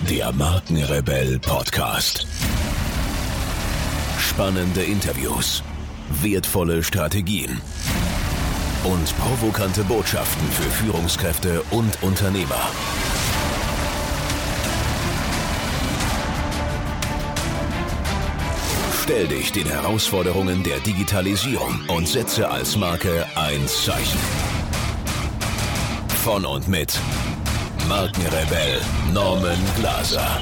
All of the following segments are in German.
Der Markenrebell Podcast. Spannende Interviews, wertvolle Strategien und provokante Botschaften für Führungskräfte und Unternehmer. Stell dich den Herausforderungen der Digitalisierung und setze als Marke ein Zeichen. Von und mit Markenrebell Norman Glaser.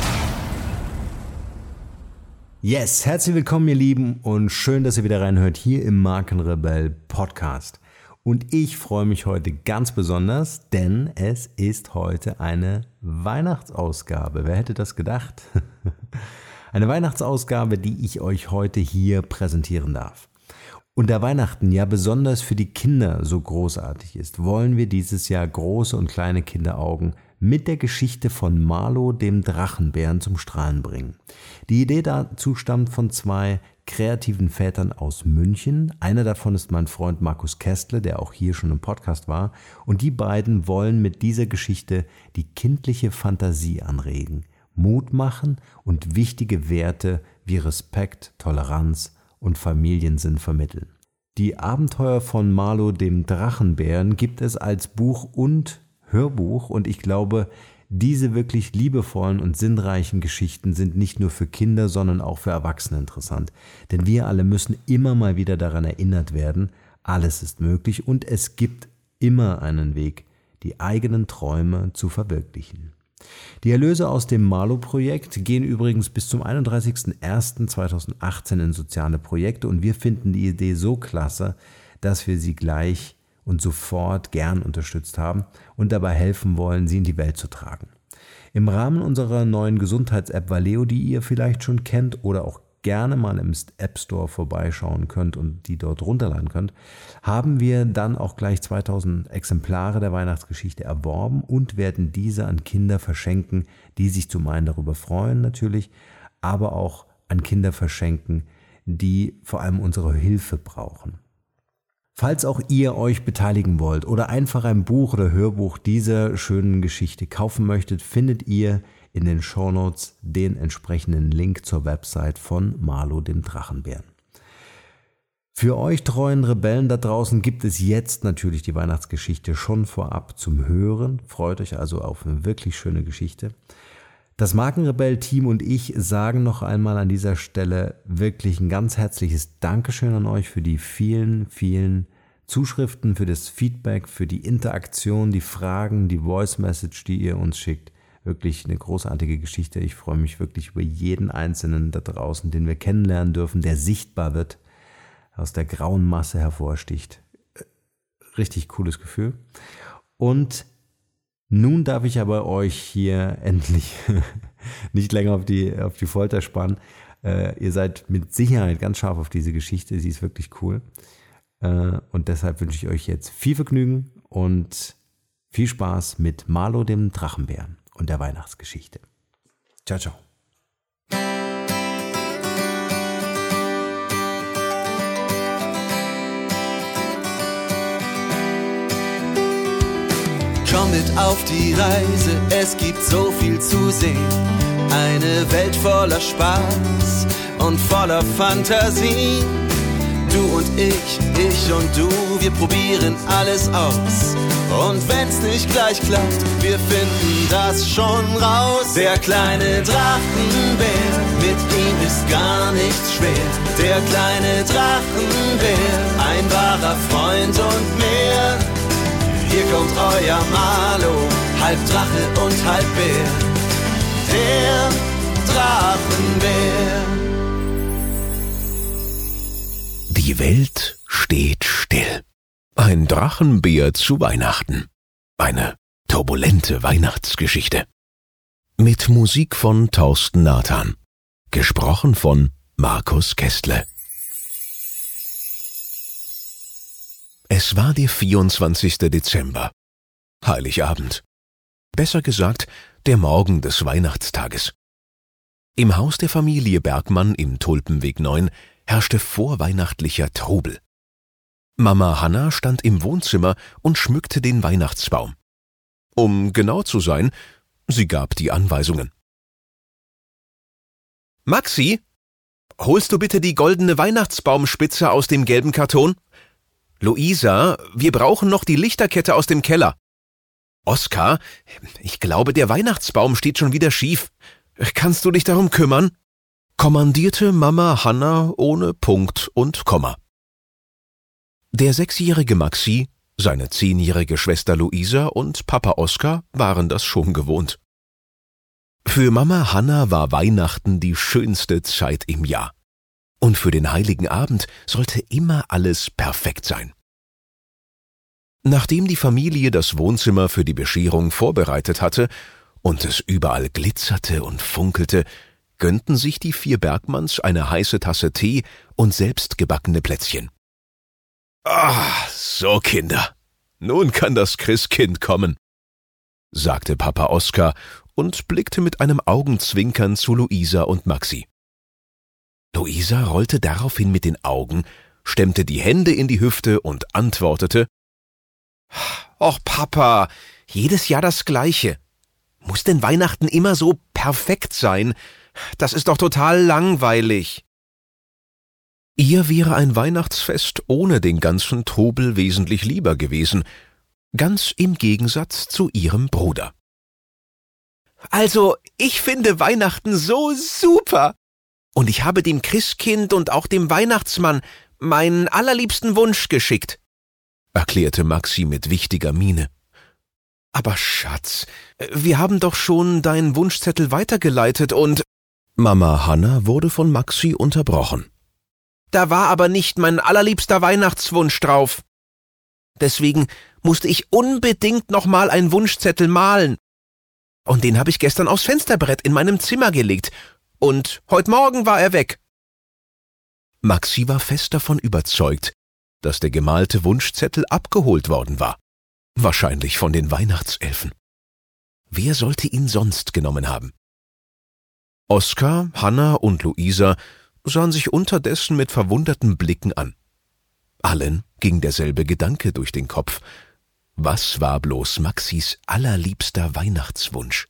Yes, herzlich willkommen ihr Lieben und schön, dass ihr wieder reinhört hier im Markenrebell Podcast. Und ich freue mich heute ganz besonders, denn es ist heute eine Weihnachtsausgabe. Wer hätte das gedacht? Eine Weihnachtsausgabe, die ich euch heute hier präsentieren darf. Und da Weihnachten ja besonders für die Kinder so großartig ist, wollen wir dieses Jahr große und kleine Kinderaugen mit der Geschichte von Marlo, dem Drachenbären, zum Strahlen bringen. Die Idee dazu stammt von zwei kreativen Vätern aus München. Einer davon ist mein Freund Markus Kestle, der auch hier schon im Podcast war. Und die beiden wollen mit dieser Geschichte die kindliche Fantasie anregen, Mut machen und wichtige Werte wie Respekt, Toleranz und Familiensinn vermitteln. Die Abenteuer von Marlo, dem Drachenbären, gibt es als Buch und Hörbuch und ich glaube, diese wirklich liebevollen und sinnreichen Geschichten sind nicht nur für Kinder, sondern auch für Erwachsene interessant. Denn wir alle müssen immer mal wieder daran erinnert werden, alles ist möglich und es gibt immer einen Weg, die eigenen Träume zu verwirklichen. Die Erlöse aus dem Marlo-Projekt gehen übrigens bis zum 31.01.2018 in soziale Projekte und wir finden die Idee so klasse, dass wir sie gleich und sofort gern unterstützt haben und dabei helfen wollen, sie in die Welt zu tragen. Im Rahmen unserer neuen Gesundheits-App Valeo, die ihr vielleicht schon kennt oder auch gerne mal im App Store vorbeischauen könnt und die dort runterladen könnt, haben wir dann auch gleich 2000 Exemplare der Weihnachtsgeschichte erworben und werden diese an Kinder verschenken, die sich zum einen darüber freuen natürlich, aber auch an Kinder verschenken, die vor allem unsere Hilfe brauchen. Falls auch ihr euch beteiligen wollt oder einfach ein Buch oder Hörbuch dieser schönen Geschichte kaufen möchtet, findet ihr in den Shownotes den entsprechenden Link zur Website von Marlo, dem Drachenbären. Für euch treuen Rebellen da draußen gibt es jetzt natürlich die Weihnachtsgeschichte schon vorab zum Hören. Freut euch also auf eine wirklich schöne Geschichte. Das Markenrebell-Team und ich sagen noch einmal an dieser Stelle wirklich ein ganz herzliches Dankeschön an euch für die vielen, vielen Zuschriften, für das Feedback, für die Interaktion, die Fragen, die Voice-Message, die ihr uns schickt. Wirklich eine großartige Geschichte. Ich freue mich wirklich über jeden Einzelnen da draußen, den wir kennenlernen dürfen, der sichtbar wird, aus der grauen Masse hervorsticht. Richtig cooles Gefühl. Und nun darf ich aber euch hier endlich nicht länger auf die Folter spannen. Ihr seid mit Sicherheit ganz scharf auf diese Geschichte. Sie ist wirklich cool. Und deshalb wünsche ich euch jetzt viel Vergnügen und viel Spaß mit Marlo, dem Drachenbären und der Weihnachtsgeschichte. Ciao, ciao. Komm mit auf die Reise, es gibt so viel zu sehen. Eine Welt voller Spaß und voller Fantasie. Du und ich und du, wir probieren alles aus. Und wenn's nicht gleich klappt, wir finden das schon raus. Der kleine Drachenbär, mit ihm ist gar nichts schwer. Der kleine Drachenbär, ein wahrer Freund und mehr. Hier kommt euer Marlo, halb Drache und halb Bär. Der Drachenbär. Die Welt steht still. Ein Drachenbär zu Weihnachten. Eine turbulente Weihnachtsgeschichte. Mit Musik von Thorsten Nathan. Gesprochen von Markus Kestle. Es war der 24. Dezember. Heiligabend. Besser gesagt, der Morgen des Weihnachtstages. Im Haus der Familie Bergmann im Tulpenweg 9 herrschte vorweihnachtlicher Trubel. Mama Hanna stand im Wohnzimmer und schmückte den Weihnachtsbaum. Um genau zu sein, sie gab die Anweisungen. Maxi, holst du bitte die goldene Weihnachtsbaumspitze aus dem gelben Karton? Luisa, wir brauchen noch die Lichterkette aus dem Keller. Oskar, ich glaube, der Weihnachtsbaum steht schon wieder schief. Kannst du dich darum kümmern? Kommandierte Mama Hanna ohne Punkt und Komma. Der 6-jährige Maxi, seine 10-jährige Schwester Luisa und Papa Oskar waren das schon gewohnt. Für Mama Hanna war Weihnachten die schönste Zeit im Jahr. Und für den Heiligen Abend sollte immer alles perfekt sein. Nachdem die Familie das Wohnzimmer für die Bescherung vorbereitet hatte und es überall glitzerte und funkelte, gönnten sich die 4 Bergmanns eine heiße Tasse Tee und selbstgebackene Plätzchen. So Kinder, nun kann das Christkind kommen, sagte Papa Oskar und blickte mit einem Augenzwinkern zu Luisa und Maxi. Luisa rollte daraufhin mit den Augen, stemmte die Hände in die Hüfte und antwortete: »Och Papa, jedes Jahr das Gleiche. Muss denn Weihnachten immer so perfekt sein? Das ist doch total langweilig.« Ihr wäre ein Weihnachtsfest ohne den ganzen Trubel wesentlich lieber gewesen, ganz im Gegensatz zu ihrem Bruder. »Also, ich finde Weihnachten so super. Und ich habe dem Christkind und auch dem Weihnachtsmann meinen allerliebsten Wunsch geschickt«, erklärte Maxi mit wichtiger Miene. »Aber Schatz, wir haben doch schon deinen Wunschzettel weitergeleitet und…« Mama Hanna wurde von Maxi unterbrochen. »Da war aber nicht mein allerliebster Weihnachtswunsch drauf. Deswegen musste ich unbedingt nochmal einen Wunschzettel malen. Und den habe ich gestern aufs Fensterbrett in meinem Zimmer gelegt. Und heute Morgen war er weg.« Maxi war fest davon überzeugt, dass der gemalte Wunschzettel abgeholt worden war. Wahrscheinlich von den Weihnachtselfen. Wer sollte ihn sonst genommen haben? Oskar, Hanna und Luisa sahen sich unterdessen mit verwunderten Blicken an. Allen ging derselbe Gedanke durch den Kopf. Was war bloß Maxis allerliebster Weihnachtswunsch?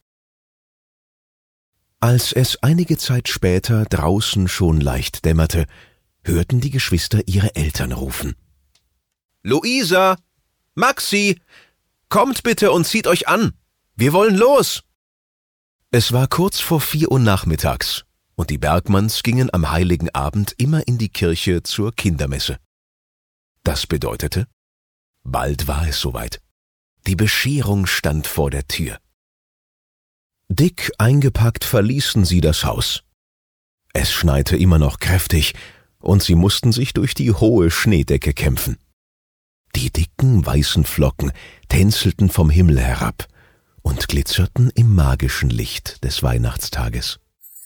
Als es einige Zeit später draußen schon leicht dämmerte, hörten die Geschwister ihre Eltern rufen. »Luisa! Maxi! Kommt bitte und zieht euch an! Wir wollen los!« Es war kurz vor 4 Uhr nachmittags und die Bergmanns gingen am Heiligen Abend immer in die Kirche zur Kindermesse. Das bedeutete, bald war es soweit. Die Bescherung stand vor der Tür. Dick eingepackt verließen sie das Haus. Es schneite immer noch kräftig und sie mussten sich durch die hohe Schneedecke kämpfen. Die dicken weißen Flocken tänzelten vom Himmel herab und glitzerten im magischen Licht des Weihnachtstages.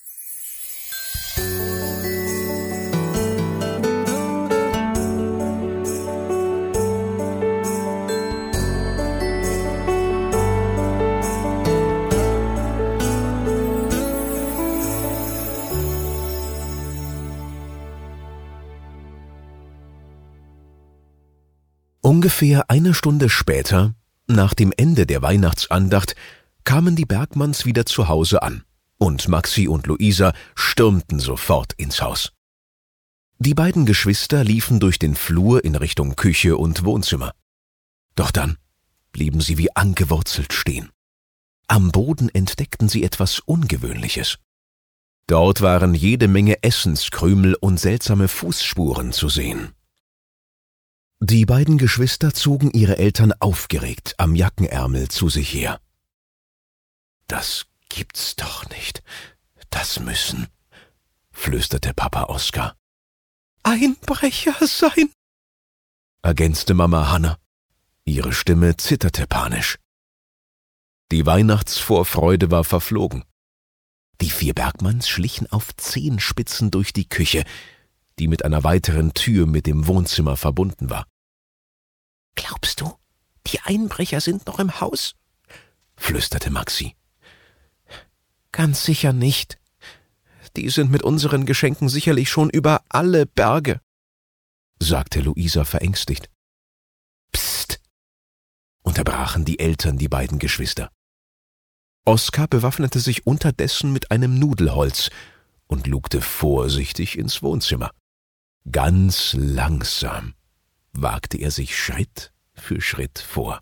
Ungefähr eine Stunde später, nach dem Ende der Weihnachtsandacht, kamen die Bergmanns wieder zu Hause an und Maxi und Luisa stürmten sofort ins Haus. Die beiden Geschwister liefen durch den Flur in Richtung Küche und Wohnzimmer. Doch dann blieben sie wie angewurzelt stehen. Am Boden entdeckten sie etwas Ungewöhnliches. Dort waren jede Menge Essenskrümel und seltsame Fußspuren zu sehen. Die beiden Geschwister zogen ihre Eltern aufgeregt am Jackenärmel zu sich her. »Das gibt's doch nicht. Das müssen«, flüsterte Papa Oskar. »Einbrecher sein«, ergänzte Mama Hanna. Ihre Stimme zitterte panisch. Die Weihnachtsvorfreude war verflogen. Die 4 Bergmanns schlichen auf Zehenspitzen durch die Küche, die mit einer weiteren Tür mit dem Wohnzimmer verbunden war. »Glaubst du, die Einbrecher sind noch im Haus?«, flüsterte Maxi. »Ganz sicher nicht. Die sind mit unseren Geschenken sicherlich schon über alle Berge«, sagte Luisa verängstigt. »Psst«, unterbrachen die Eltern die beiden Geschwister. Oskar bewaffnete sich unterdessen mit einem Nudelholz und lugte vorsichtig ins Wohnzimmer. Ganz langsam wagte er sich Schritt für Schritt vor.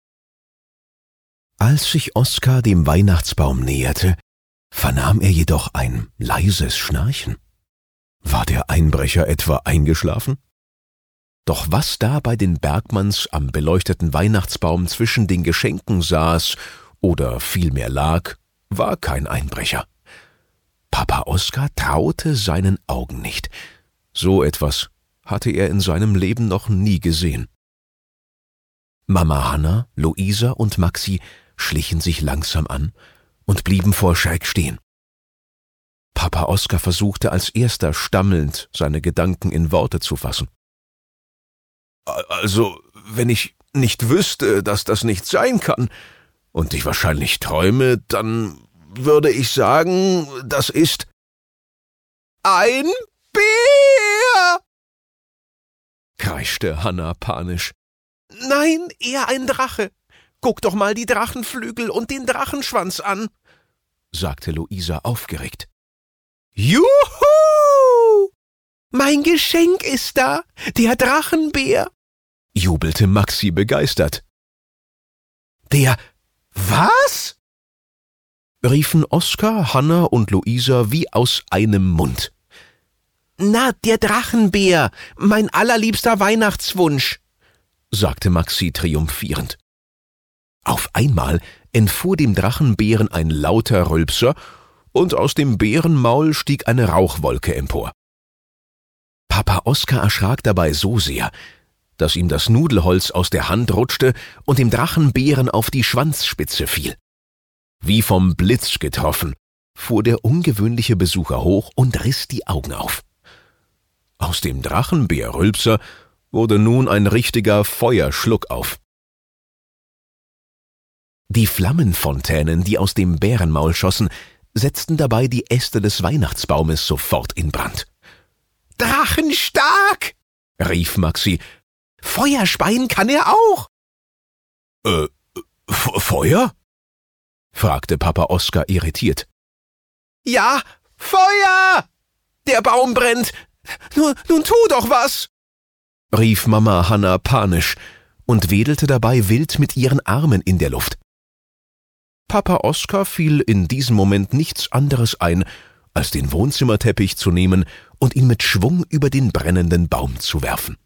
Als sich Oskar dem Weihnachtsbaum näherte, vernahm er jedoch ein leises Schnarchen. War der Einbrecher etwa eingeschlafen? Doch was da bei den Bergmanns am beleuchteten Weihnachtsbaum zwischen den Geschenken saß oder vielmehr lag, war kein Einbrecher. Papa Oskar traute seinen Augen nicht. So etwas hatte er in seinem Leben noch nie gesehen. Mama Hanna, Luisa und Maxi schlichen sich langsam an und blieben vor Schreck stehen. Papa Oskar versuchte als erster stammelnd, seine Gedanken in Worte zu fassen. Also, wenn ich nicht wüsste, dass das nicht sein kann und ich wahrscheinlich träume, dann würde ich sagen, das ist ein Bär, kreischte Hanna panisch. Nein, eher ein Drache. Guck doch mal die Drachenflügel und den Drachenschwanz an, sagte Luisa aufgeregt. Juhu! Mein Geschenk ist da, der Drachenbär, jubelte Maxi begeistert. Der was? Riefen Oskar, Hanna und Luisa wie aus einem Mund. Na, der Drachenbär, mein allerliebster Weihnachtswunsch, sagte Maxi triumphierend. Auf einmal entfuhr dem Drachenbären ein lauter Rülpser und aus dem Bärenmaul stieg eine Rauchwolke empor. Papa Oskar erschrak dabei so sehr, dass ihm das Nudelholz aus der Hand rutschte und dem Drachenbären auf die Schwanzspitze fiel. Wie vom Blitz getroffen, fuhr der ungewöhnliche Besucher hoch und riss die Augen auf. Aus dem Drachenbär-Rülpser wurde nun ein richtiger Feuerschluckauf. Die Flammenfontänen, die aus dem Bärenmaul schossen, setzten dabei die Äste des Weihnachtsbaumes sofort in Brand. »Drachenstark«, rief Maxi. »Feuer speien kann er auch.« Feuer?« fragte Papa Oskar irritiert. »Ja, Feuer! Der Baum brennt! Nun tu doch was!« rief Mama Hanna panisch und wedelte dabei wild mit ihren Armen in der Luft. Papa Oskar fiel in diesem Moment nichts anderes ein, als den Wohnzimmerteppich zu nehmen und ihn mit Schwung über den brennenden Baum zu werfen.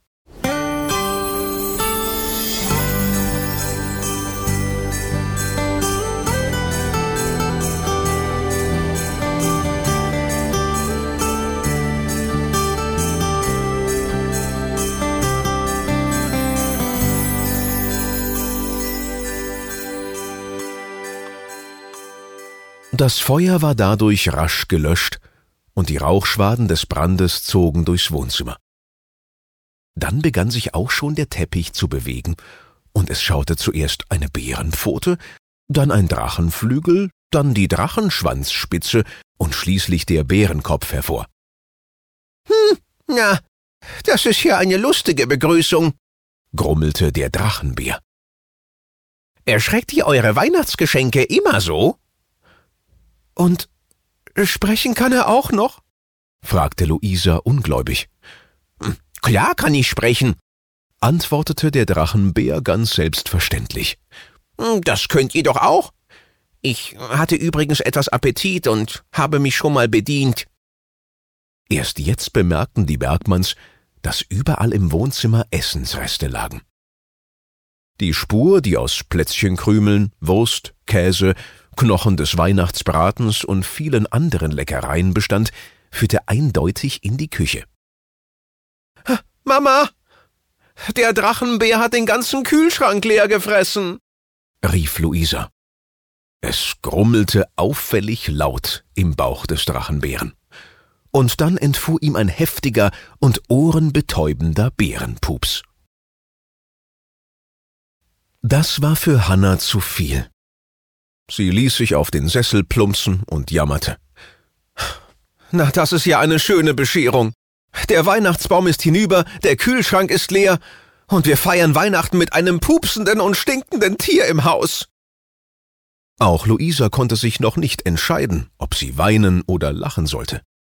Das Feuer war dadurch rasch gelöscht und die Rauchschwaden des Brandes zogen durchs Wohnzimmer. Dann begann sich auch schon der Teppich zu bewegen und es schaute zuerst eine Bärenpfote, dann ein Drachenflügel, dann die Drachenschwanzspitze und schließlich der Bärenkopf hervor. Na, das ist ja eine lustige Begrüßung, grummelte der Drachenbär. Erschreckt ihr eure Weihnachtsgeschenke immer so? Und sprechen kann er auch noch? fragte Luisa ungläubig. Klar kann ich sprechen, antwortete der Drachenbär ganz selbstverständlich. Das könnt ihr doch auch. Ich hatte übrigens etwas Appetit und habe mich schon mal bedient. Erst jetzt bemerkten die Bergmanns, dass überall im Wohnzimmer Essensreste lagen. Die Spur, die aus Plätzchenkrümeln, Wurst, Käse, Knochen des Weihnachtsbratens und vielen anderen Leckereien bestand, führte eindeutig in die Küche. »Mama, der Drachenbär hat den ganzen Kühlschrank leer gefressen«, rief Luisa. Es grummelte auffällig laut im Bauch des Drachenbären. Und dann entfuhr ihm ein heftiger und ohrenbetäubender Bärenpups. Das war für Hanna zu viel. Sie ließ sich auf den Sessel plumpsen und jammerte. »Na, das ist ja eine schöne Bescherung. Der Weihnachtsbaum ist hinüber, der Kühlschrank ist leer und wir feiern Weihnachten mit einem pupsenden und stinkenden Tier im Haus.« Auch Luisa konnte sich noch nicht entscheiden, ob sie weinen oder lachen sollte.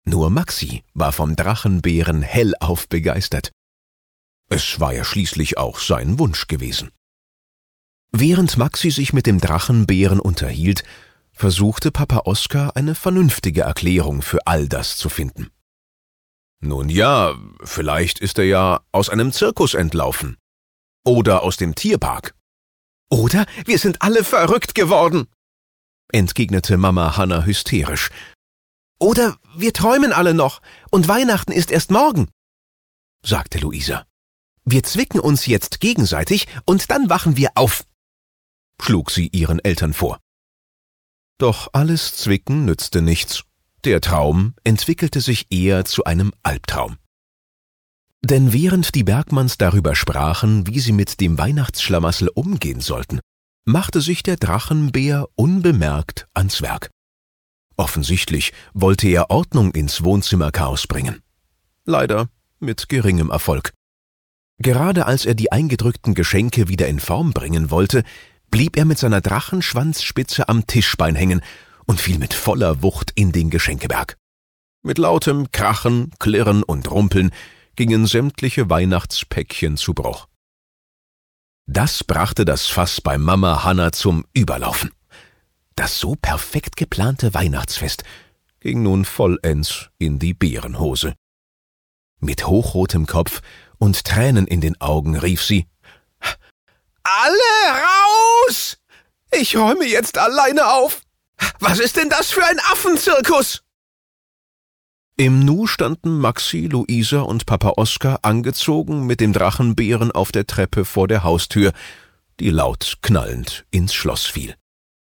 Nur Maxi war vom Drachenbären hellauf begeistert. Es war ja schließlich auch sein Wunsch gewesen. Während Maxi sich mit dem Drachenbären unterhielt, versuchte Papa Oskar eine vernünftige Erklärung für all das zu finden. Nun ja, vielleicht ist er ja aus einem Zirkus entlaufen. Oder aus dem Tierpark. Oder wir sind alle verrückt geworden, entgegnete Mama Hanna hysterisch. Oder wir träumen alle noch und Weihnachten ist erst morgen, sagte Luisa. Wir zwicken uns jetzt gegenseitig und dann wachen wir auf, schlug sie ihren Eltern vor. Doch alles Zwicken nützte nichts. Der Traum entwickelte sich eher zu einem Albtraum. Denn während die Bergmanns darüber sprachen, wie sie mit dem Weihnachtsschlamassel umgehen sollten, machte sich der Drachenbär unbemerkt ans Werk. Offensichtlich wollte er Ordnung ins Wohnzimmerchaos bringen. Leider mit geringem Erfolg. Gerade als er die eingedrückten Geschenke wieder in Form bringen wollte, blieb er mit seiner Drachenschwanzspitze am Tischbein hängen und fiel mit voller Wucht in den Geschenkeberg. Mit lautem Krachen, Klirren und Rumpeln gingen sämtliche Weihnachtspäckchen zu Bruch. Das brachte das Fass bei Mama Hanna zum Überlaufen. Das so perfekt geplante Weihnachtsfest ging nun vollends in die Bärenhose. Mit hochrotem Kopf und Tränen in den Augen rief sie: »Alle raus! Ich räume jetzt alleine auf! Was ist denn das für ein Affenzirkus?« Im Nu standen Maxi, Luisa und Papa Oskar angezogen mit dem Drachenbären auf der Treppe vor der Haustür, die laut knallend ins Schloss fiel.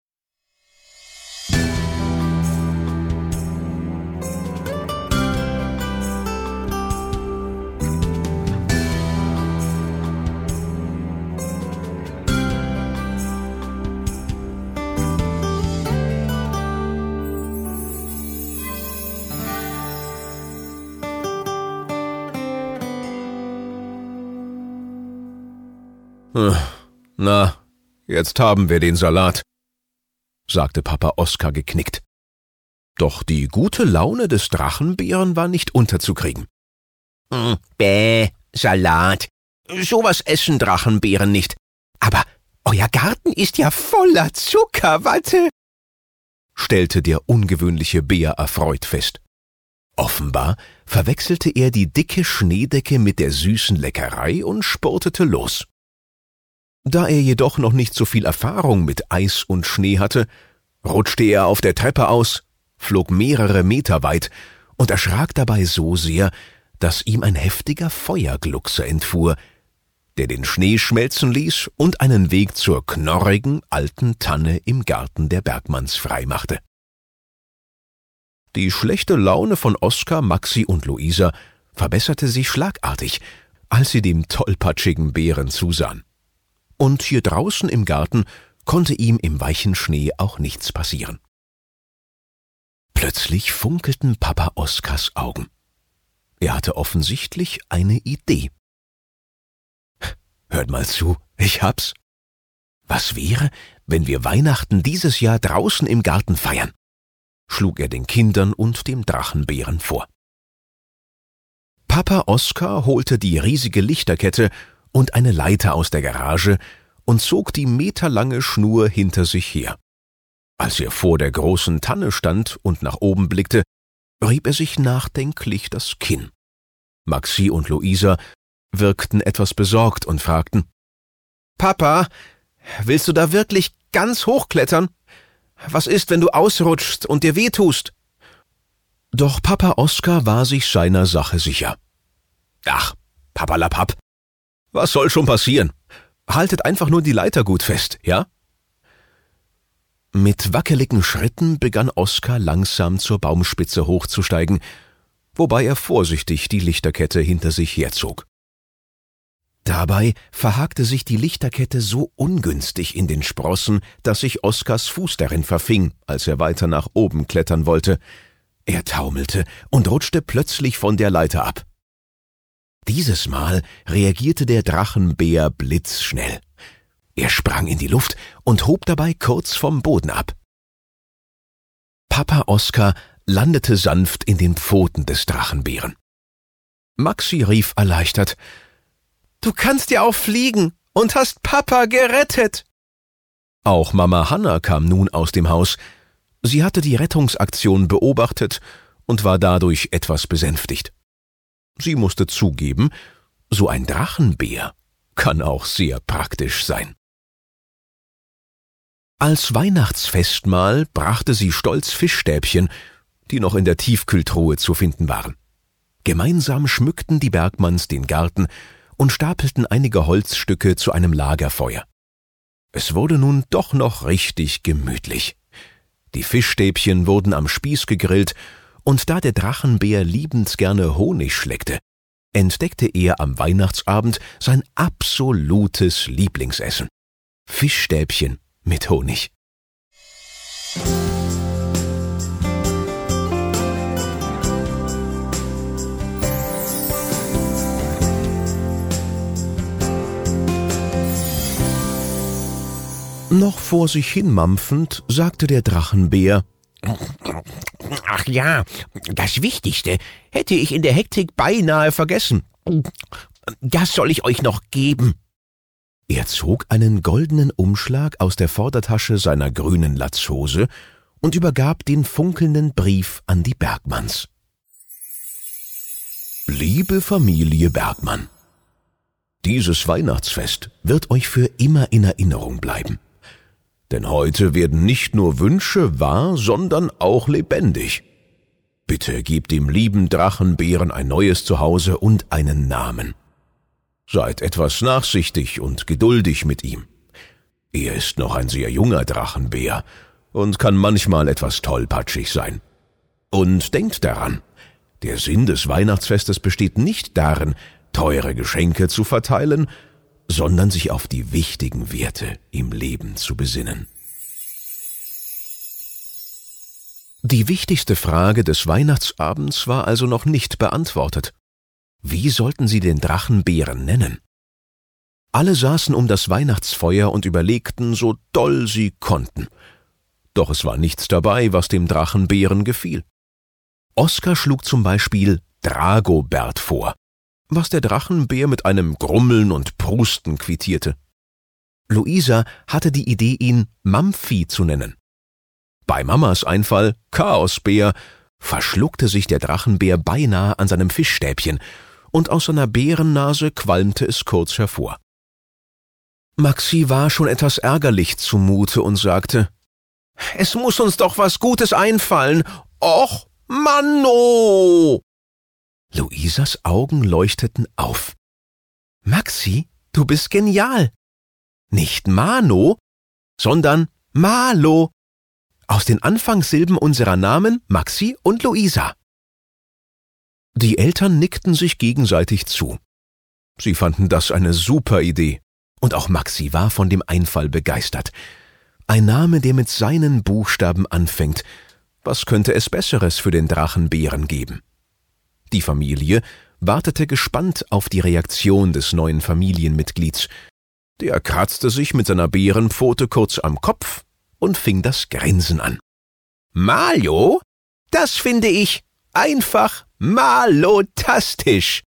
»Na, jetzt haben wir den Salat«, sagte Papa Oskar geknickt. Doch die gute Laune des Drachenbären war nicht unterzukriegen. »Bäh, Salat. Sowas essen Drachenbären nicht. Aber euer Garten ist ja voller Zuckerwatte«, stellte der ungewöhnliche Bär erfreut fest. Offenbar verwechselte er die dicke Schneedecke mit der süßen Leckerei und spurtete los. Da er jedoch noch nicht so viel Erfahrung mit Eis und Schnee hatte, rutschte er auf der Treppe aus, flog mehrere Meter weit und erschrak dabei so sehr, dass ihm ein heftiger Feuergluckser entfuhr, der den Schnee schmelzen ließ und einen Weg zur knorrigen alten Tanne im Garten der Bergmanns freimachte. Die schlechte Laune von Oskar, Maxi und Luisa verbesserte sich schlagartig, als sie dem tollpatschigen Bären zusahen. Und hier draußen im Garten konnte ihm im weichen Schnee auch nichts passieren. Plötzlich funkelten Papa Oskars Augen. Er hatte offensichtlich eine Idee. »Hört mal zu, ich hab's. Was wäre, wenn wir Weihnachten dieses Jahr draußen im Garten feiern?« schlug er den Kindern und dem Drachenbären vor. Papa Oskar holte die riesige Lichterkette und eine Leiter aus der Garage und zog die meterlange Schnur hinter sich her. Als er vor der großen Tanne stand und nach oben blickte, rieb er sich nachdenklich das Kinn. Maxi und Luisa wirkten etwas besorgt und fragten: »Papa, willst du da wirklich ganz hochklettern? Was ist, wenn du ausrutschst und dir wehtust?« Doch Papa Oskar war sich seiner Sache sicher. »Ach, Papalapap, was soll schon passieren? Haltet einfach nur die Leiter gut fest, ja?« Mit wackeligen Schritten begann Oskar langsam zur Baumspitze hochzusteigen, wobei er vorsichtig die Lichterkette hinter sich herzog. Dabei verhakte sich die Lichterkette so ungünstig in den Sprossen, dass sich Oskars Fuß darin verfing, als er weiter nach oben klettern wollte. Er taumelte und rutschte plötzlich von der Leiter ab. Dieses Mal reagierte der Drachenbär blitzschnell. Er sprang in die Luft und hob dabei kurz vom Boden ab. Papa Oskar landete sanft in den Pfoten des Drachenbären. Maxi rief erleichtert: »Du kannst ja auch fliegen und hast Papa gerettet!« Auch Mama Hanna kam nun aus dem Haus. Sie hatte die Rettungsaktion beobachtet und war dadurch etwas besänftigt. Sie musste zugeben, so ein Drachenbär kann auch sehr praktisch sein. Als Weihnachtsfestmahl brachte sie stolz Fischstäbchen, die noch in der Tiefkühltruhe zu finden waren. Gemeinsam schmückten die Bergmanns den Garten und stapelten einige Holzstücke zu einem Lagerfeuer. Es wurde nun doch noch richtig gemütlich. Die Fischstäbchen wurden am Spieß gegrillt, und da der Drachenbär liebend gerne Honig schleckte, entdeckte er am Weihnachtsabend sein absolutes Lieblingsessen: Fischstäbchen mit Honig. Noch vor sich hin mampfend sagte der Drachenbär: »Ach ja, das Wichtigste hätte ich in der Hektik beinahe vergessen. Das soll ich euch noch geben.« Er zog einen goldenen Umschlag aus der Vordertasche seiner grünen Latzhose und übergab den funkelnden Brief an die Bergmanns. »Liebe Familie Bergmann, dieses Weihnachtsfest wird euch für immer in Erinnerung bleiben. Denn heute werden nicht nur Wünsche wahr, sondern auch lebendig. Bitte gebt dem lieben Drachenbären ein neues Zuhause und einen Namen. Seid etwas nachsichtig und geduldig mit ihm. Er ist noch ein sehr junger Drachenbär und kann manchmal etwas tollpatschig sein. Und denkt daran, der Sinn des Weihnachtsfestes besteht nicht darin, teure Geschenke zu verteilen, sondern sich auf die wichtigen Werte im Leben zu besinnen.« Die wichtigste Frage des Weihnachtsabends war also noch nicht beantwortet. Wie sollten sie den Drachenbären nennen? Alle saßen um das Weihnachtsfeuer und überlegten, so doll sie konnten. Doch es war nichts dabei, was dem Drachenbären gefiel. Oskar schlug zum Beispiel Dragobert vor, was der Drachenbär mit einem Grummeln und Prusten quittierte. Luisa hatte die Idee, ihn Mampfi zu nennen. Bei Mamas Einfall Chaosbär verschluckte sich der Drachenbär beinahe an seinem Fischstäbchen, und aus seiner Bärennase qualmte es kurz hervor. Maxi war schon etwas ärgerlich zumute und sagte: »Es muss uns doch was Gutes einfallen. Och, Manno!« Luisas Augen leuchteten auf. »Maxi, du bist genial! Nicht Mano, sondern Malo, aus den Anfangssilben unserer Namen Maxi und Luisa.« Die Eltern nickten sich gegenseitig zu. Sie fanden das eine super Idee, und auch Maxi war von dem Einfall begeistert. Ein Name, der mit seinen Buchstaben anfängt. Was könnte es Besseres für den Drachenbären geben? Die Familie wartete gespannt auf die Reaktion des neuen Familienmitglieds. Der kratzte sich mit seiner Bärenpfote kurz am Kopf und fing das Grinsen an. »Malo? Das finde ich einfach malotastisch!«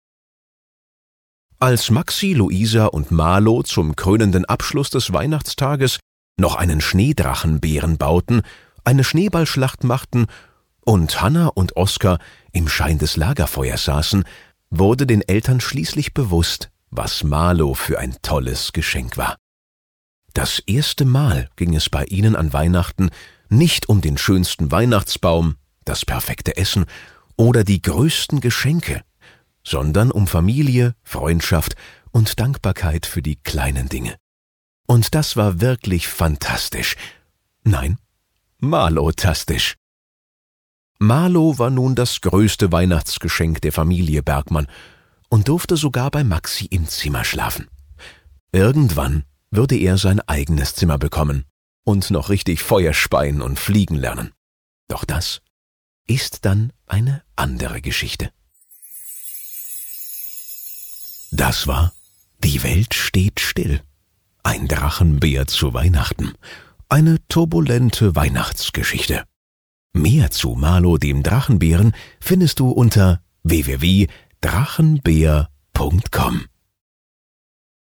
Als Maxi, Luisa und Malo zum krönenden Abschluss des Weihnachtstages noch einen Schneedrachenbären bauten, eine Schneeballschlacht machten und Hanna und Oskar im Schein des Lagerfeuers saßen, wurde den Eltern schließlich bewusst, was Malo für ein tolles Geschenk war. Das erste Mal ging es bei ihnen an Weihnachten nicht um den schönsten Weihnachtsbaum, das perfekte Essen oder die größten Geschenke, sondern um Familie, Freundschaft und Dankbarkeit für die kleinen Dinge. Und das war wirklich fantastisch. Nein, malotastisch. Malo war nun das größte Weihnachtsgeschenk der Familie Bergmann und durfte sogar bei Maxi im Zimmer schlafen. Irgendwann würde er sein eigenes Zimmer bekommen und noch richtig Feuer speien und fliegen lernen. Doch das ist dann eine andere Geschichte. Das war Die Welt steht still. Ein Drachenbär zu Weihnachten. Eine turbulente Weihnachtsgeschichte. Mehr zu Marlo dem Drachenbären findest du unter www.drachenbär.com.